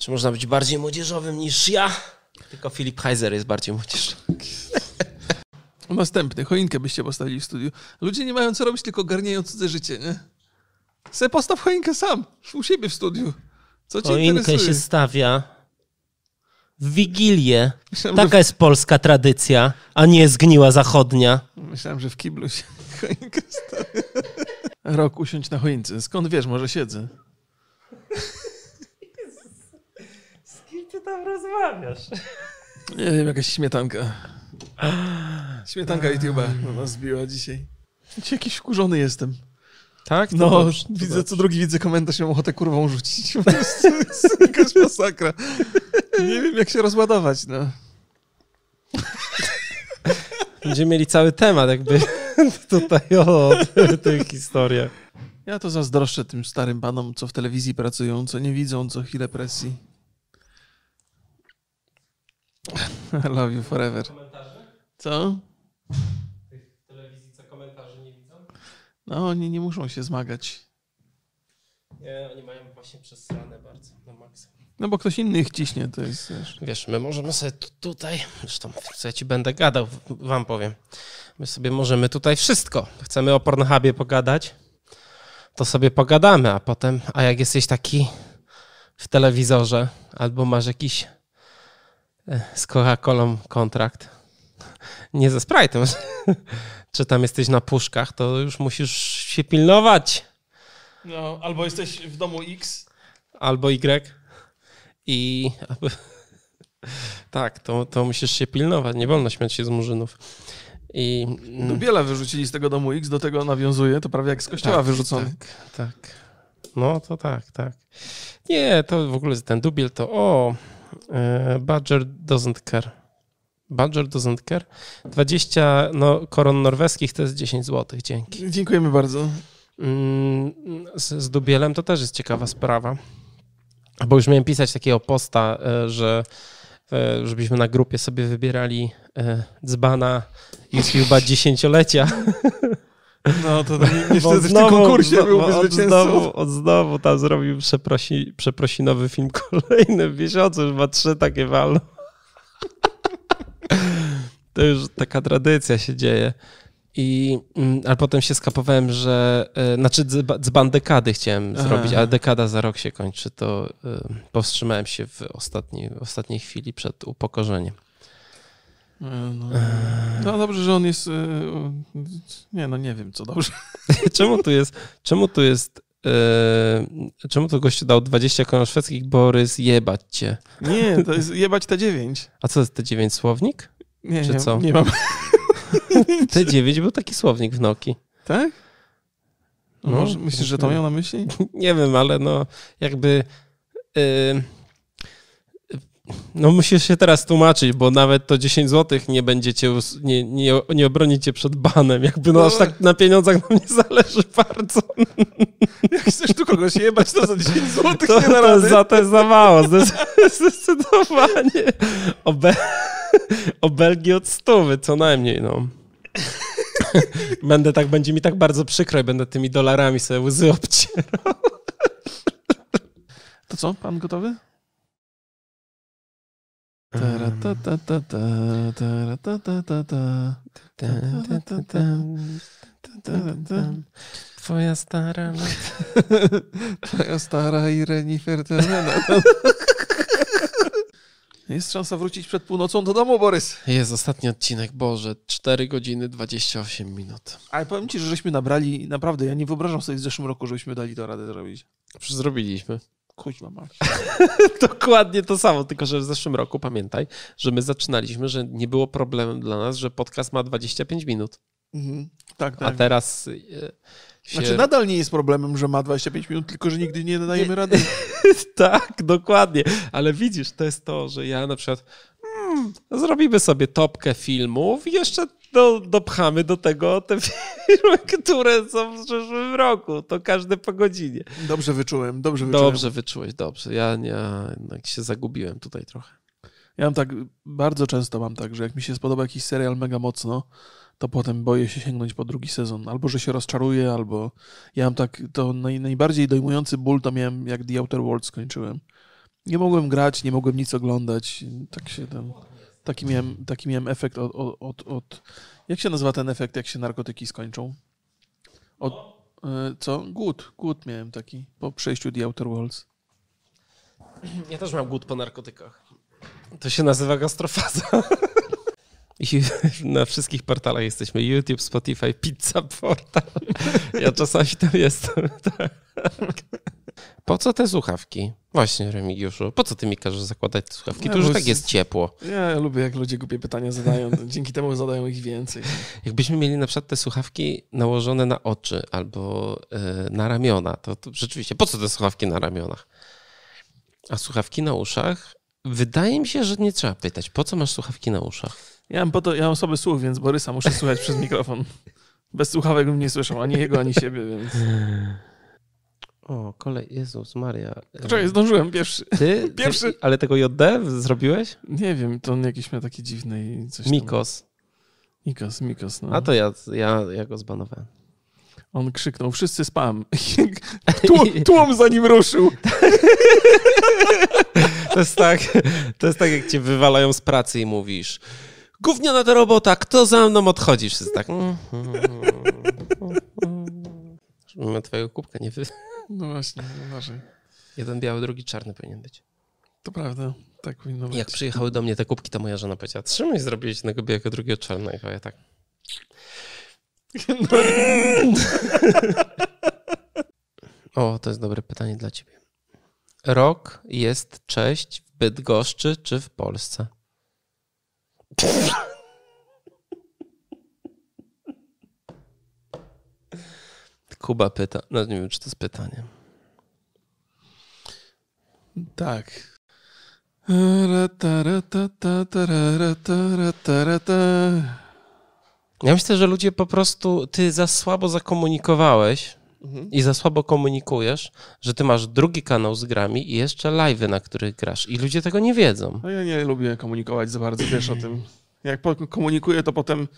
Czy można być bardziej młodzieżowym niż ja? Tylko Filip Heiser jest bardziej młodzieżowy. Następny, choinkę byście postawili w studiu. Ludzie nie mają co robić, tylko garnieją cudze życie, nie? Se postaw choinkę sam, u siebie w studiu. Co cię Choinkę interesuje? się stawia w Wigilię. Taka jest polska tradycja, a nie zgniła zachodnia. Myślałem, że w kiblu się choinkę stawia. Rok usiądź na choince. Skąd wiesz, może siedzę. Z kim ty tam rozmawiasz? Nie wiem, jakaś śmietanka. Śmietanka YouTube'a na nas zbiła dzisiaj. Dzisiaj jakiś wkurzony jestem. Tak? To No, dobrze, to widzę, dobrze. co drugi widzę komentarz, mam ochotę kurwą rzucić. Po prostu jest jakaś masakra. Nie wiem, jak się rozładować, no. Będziemy mieli cały temat jakby tutaj o tych historiach. Ja to zazdroszczę tym starym panom, co w telewizji pracują, co nie widzą co chwilę presji. I love you forever. Co? W telewizji co komentarzy nie widzą? No, oni nie muszą się zmagać. Nie, oni mają właśnie przesrane bardzo na maksa. No bo ktoś inny ich ciśnie, to jest, wiesz... Wiesz, my możemy sobie tutaj, zresztą co ja ci będę gadał, wam powiem. My sobie możemy tutaj wszystko. Chcemy o Pornhubie pogadać, to sobie pogadamy, a potem, a jak jesteś taki w telewizorze, albo masz jakiś z Coca-Colą kontrakt, nie ze Sprite'em, czy tam jesteś na puszkach, to już musisz się pilnować. No, albo jesteś w domu X. Albo Y. I tak, to musisz się pilnować. Nie wolno śmiać się z murzynów. I Dubiela wyrzucili z tego domu X, do tego nawiązuje, to prawie jak z kościoła wyrzucony. Tak. No to tak. Nie, to w ogóle ten dubiel to Badger doesn't care. Badger doesn't care. 20 koron norweskich to jest 10 zł. Dzięki. Dziękujemy bardzo. Z dubielem to też jest ciekawa sprawa. Bo już miałem pisać takiego posta, żebyśmy na grupie sobie wybierali dzbana YouTube'a 10-lecia. No to niestety w tym konkursie byłby zwycięzcą. On znowu tam zrobił przeprosinowy film kolejny w miesiącu, już ma 3 takie walno. To już taka tradycja się dzieje. Ale potem się skapowałem, że... Znaczy dzban dekady chciałem zrobić, ale dekada za rok się kończy, to powstrzymałem się w ostatniej chwili przed upokorzeniem. No dobrze, że on jest... nie wiem, co dobrze. Czemu tu gościu dał 20 koron szwedzkich, Borys, jebać cię? Nie, to jest jebać T9. A co jest T9 słownik? Nie, Czy co? Nie mam. T9 był taki słownik w Nokii. Tak? No, Może myślisz, że to miał na myśli? Nie wiem, ale no jakby... No musisz się teraz tłumaczyć, bo nawet to 10 zł nie będziecie, nie obronicie przed banem. Jakby aż tak na pieniądzach nam nie zależy bardzo. Jak chcesz tu kogoś jebać, to za 10 zł To, nie da rady. to jest za mało, zdecydowanie. O Belgii od 100 co najmniej, no. Będzie mi tak bardzo przykro i będę tymi dolarami sobie łzy obcierał. To co, pan gotowy? Twoja stara... Twoja stara i Renifer. Jest szansa wrócić przed północą do domu, Borys. Jest ostatni odcinek, Boże, 4 godziny 28 minut. Ale powiem ci, że żeśmy nabrali, naprawdę, ja nie wyobrażam sobie w zeszłym roku, żebyśmy dali to radę zrobić. Przecież zrobiliśmy. Kuźma mać. Dokładnie to samo, tylko że w zeszłym roku, pamiętaj, że my zaczynaliśmy, że nie było problemem dla nas, że podcast ma 25 minut. Mhm. Tak. A teraz Znaczy nadal nie jest problemem, że ma 25 minut, tylko że nigdy nie dajemy rady. Tak, dokładnie. Ale widzisz, to jest to, że ja na przykład zrobimy sobie topkę filmów i jeszcze dopchamy do tego te filmy, które są w przyszłym roku. To każde po godzinie. Dobrze wyczułem. Dobrze wyczułeś, dobrze. Ja jednak się zagubiłem tutaj trochę. Ja mam tak, bardzo często mam tak, że jak mi się spodoba jakiś serial mega mocno, to potem boję się sięgnąć po drugi sezon. Albo, że się rozczaruję, albo... Ja mam tak, to najbardziej dojmujący ból to miałem, jak The Outer Worlds skończyłem. Nie mogłem grać, nie mogłem nic oglądać. Taki miałem efekt od... Jak się nazywa ten efekt, jak się narkotyki skończą? Co? Głód miałem taki po przejściu The Outer Worlds. Ja też mam głód po narkotykach. To się nazywa gastrofaza. I na wszystkich portalach jesteśmy. YouTube, Spotify, Pizza Portal. Ja czasami tam jestem. Tak. Po co te słuchawki? Właśnie, Remigiuszu, po co ty mi każesz zakładać te słuchawki? Tu już tak jest ciepło. Ja lubię, jak ludzie głupie pytania zadają. Dzięki temu zadają ich więcej. Jakbyśmy mieli na przykład te słuchawki nałożone na oczy albo na ramiona, to rzeczywiście, po co te słuchawki na ramionach? A słuchawki na uszach? Wydaje mi się, że nie trzeba pytać, po co masz słuchawki na uszach? Ja mam słaby słuch, więc Borysa muszę słuchać przez mikrofon. Bez słuchawek bym nie słyszał ani jego, ani siebie, więc... O, Jezus Maria. Czekaj, zdążyłem pierwszy. Ty? Pierwszy. Ale tego JD zrobiłeś? Nie wiem, to on jakiś miał takie dziwne i coś tam. Mikos, no. A to ja go zbanowałem. On krzyknął, wszyscy spam. Tłum za nim ruszył. To jest tak, jak cię wywalają z pracy i mówisz: gówniana ta robota, kto za mną odchodzi? Wszyscy tak... Mamy twojego kubka, nie wy... No właśnie, uważaj. Jeden biały, drugi czarny powinien być. To prawda, tak powinno być. Jak przyjechały do mnie te kubki, to moja żona powiedziała: trzymaj, zrobiłeś jednego białego, drugiego czarnego. A ja tak... O, to jest dobre pytanie dla ciebie. Rok jest cześć w Bydgoszczy czy w Polsce? Kuba pyta. No nie wiem, czy to jest pytanie. Tak. Ja myślę, że ludzie po prostu... Ty za słabo zakomunikowałeś i za słabo komunikujesz, że ty masz drugi kanał z grami i jeszcze live'y, na których grasz. I ludzie tego nie wiedzą. No ja nie lubię komunikować za bardzo, wiesz o tym. Jak komunikuję, to potem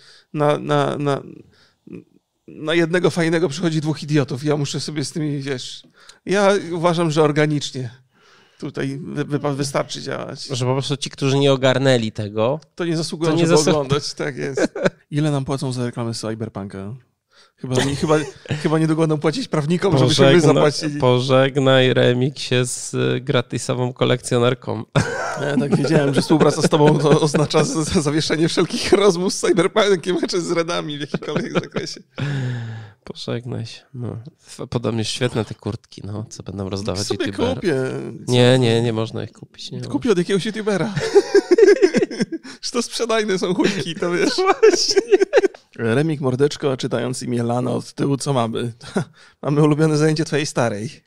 na jednego fajnego przychodzi dwóch idiotów. Ja muszę sobie z tymi, wiesz... Ja uważam, że organicznie tutaj wystarczy działać. Że po prostu ci, którzy nie ogarnęli tego... To nie zasługują, żeby oglądać. Tak jest. Ile nam płacą za reklamę Cyberpunka? Chyba niedługo będą płacić prawnikom, żebyśmy zapłacili. Pożegnaj Remiksie z gratisową kolekcjonerką. Ja tak wiedziałem, że współpraca z tobą to oznacza zawieszenie wszelkich rozmów z Cyberpunkiem czy z Redami w jakimkolwiek zakresie. Pożegnaj się. No. Podobnie świetne te kurtki, no, co będą rozdawać sobie youtuberom. kupię. Nie można ich kupić. Kupię od jakiegoś youtubera. Że to sprzedajne są chujki, to wiesz. Właśnie. Remik Mordeczko, czytając imię Lana od tyłu, co mamy? Mamy ulubione zajęcie twojej starej.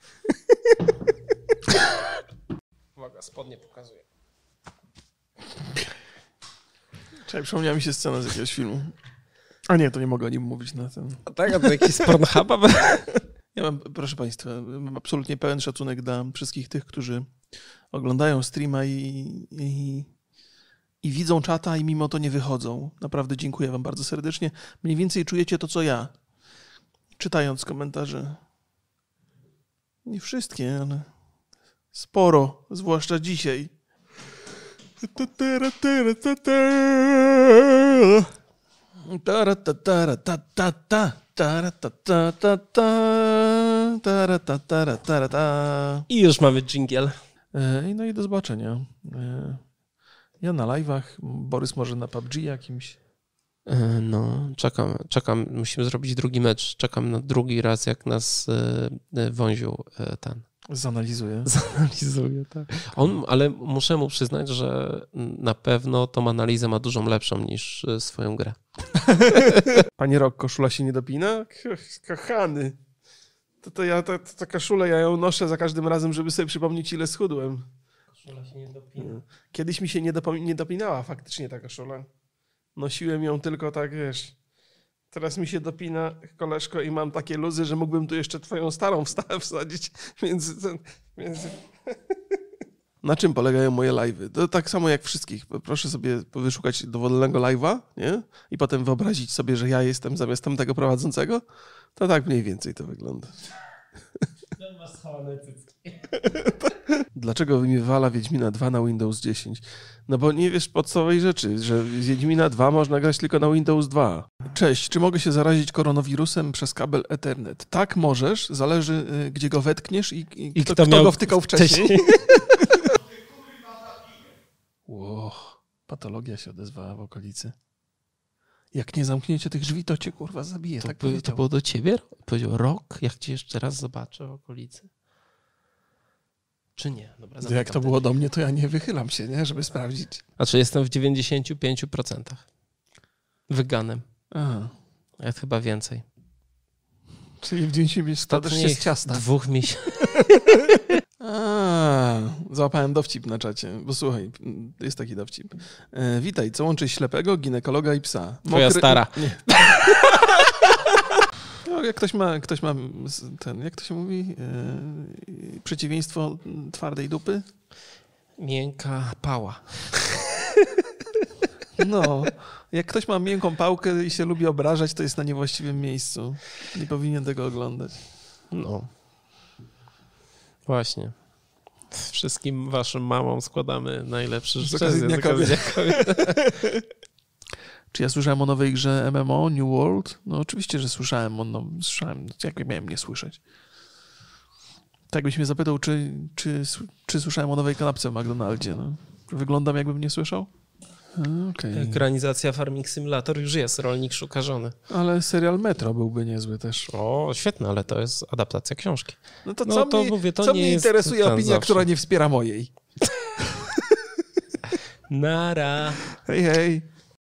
Uwaga, spodnie pokazuję. Czekaj, przypomniała mi się scena z jakiegoś filmu. A nie, to nie mogę o nim mówić na ten. A tak, a to jakiś z Pornhuba? Ja mam, proszę państwa, mam absolutnie pełen szacunek dla wszystkich tych, którzy oglądają streama i widzą czata i mimo to nie wychodzą. Naprawdę dziękuję wam bardzo serdecznie. Mniej więcej czujecie to, co ja, czytając komentarze. Nie wszystkie, ale sporo, zwłaszcza dzisiaj. I już mamy dżingiel. No i do zobaczenia. Ja na live'ach, Borys może na PUBG jakimś. No, czekam. Musimy zrobić drugi mecz. Czekam na drugi raz, jak nas Wąziu ten... Zanalizuję, tak. Ale muszę mu przyznać, że na pewno tą analizę ma dużo lepszą niż swoją grę. Panie Rok, koszula się nie dopina? Kochany. Ta koszula, ja ją noszę za każdym razem, żeby sobie przypomnieć, ile schudłem. Koszula się nie dopina. Kiedyś mi się nie dopinała faktycznie ta koszula. Nosiłem ją tylko tak, wiesz... Teraz mi się dopina, koleżko, i mam takie luzy, że mógłbym tu jeszcze twoją starą wsadzić między... Na czym polegają moje live'y? To tak samo jak wszystkich. Proszę sobie wyszukać dowolnego live'a, nie? I potem wyobrazić sobie, że ja jestem zamiast tamtego prowadzącego. To tak mniej więcej to wygląda. Masz schowane cycki. Dlaczego wywala Wiedźmina 2 na Windows 10? No bo nie wiesz podstawowej rzeczy, że Wiedźmina 2 można grać tylko na Windows 2. Cześć, czy mogę się zarazić koronawirusem przez kabel Ethernet? Tak, możesz, zależy gdzie go wetkniesz i kto go wtykał wcześniej. Wow, patologia się odezwała w okolicy. Jak nie zamkniecie tych drzwi, to cię kurwa zabije. To było do ciebie? Powiedział rok, jak cię jeszcze raz zobaczę w okolicy. Czy nie? Dobra, jak to było do mnie, to ja nie wychylam się, nie, żeby sprawdzić. Znaczy jestem w 95%. Wyganem. Aha. Ja chyba więcej. Czyli w 90% też się z ciasta. 2 miesięcy. Złapałem dowcip na czacie, bo słuchaj, jest taki dowcip. Witaj, co łączy ślepego, ginekologa i psa? Twoja stara. Nie. No, jak ktoś ma ten, jak to się mówi? Przeciwieństwo twardej dupy? Miękka pała. No, jak ktoś ma miękką pałkę i się lubi obrażać, to jest na niewłaściwym miejscu. Nie powinien tego oglądać. No. Właśnie. Wszystkim waszym mamom składamy najlepsze życzenia. Czy ja słyszałem o nowej grze MMO, New World? No oczywiście, że słyszałem. Słyszałem. Jak miałem nie słyszeć? Tak byś mnie zapytał, czy słyszałem o nowej kanapce w McDonaldzie. No. Wyglądam, jakbym nie słyszał? Okay. Ekranizacja Farming Simulator już jest, rolnik szuka żony. Ale serial Metro byłby niezły też. O, świetne, ale to jest adaptacja książki. No to co mnie interesuje opinia, która nie wspiera mojej? Nara. Hej, hej.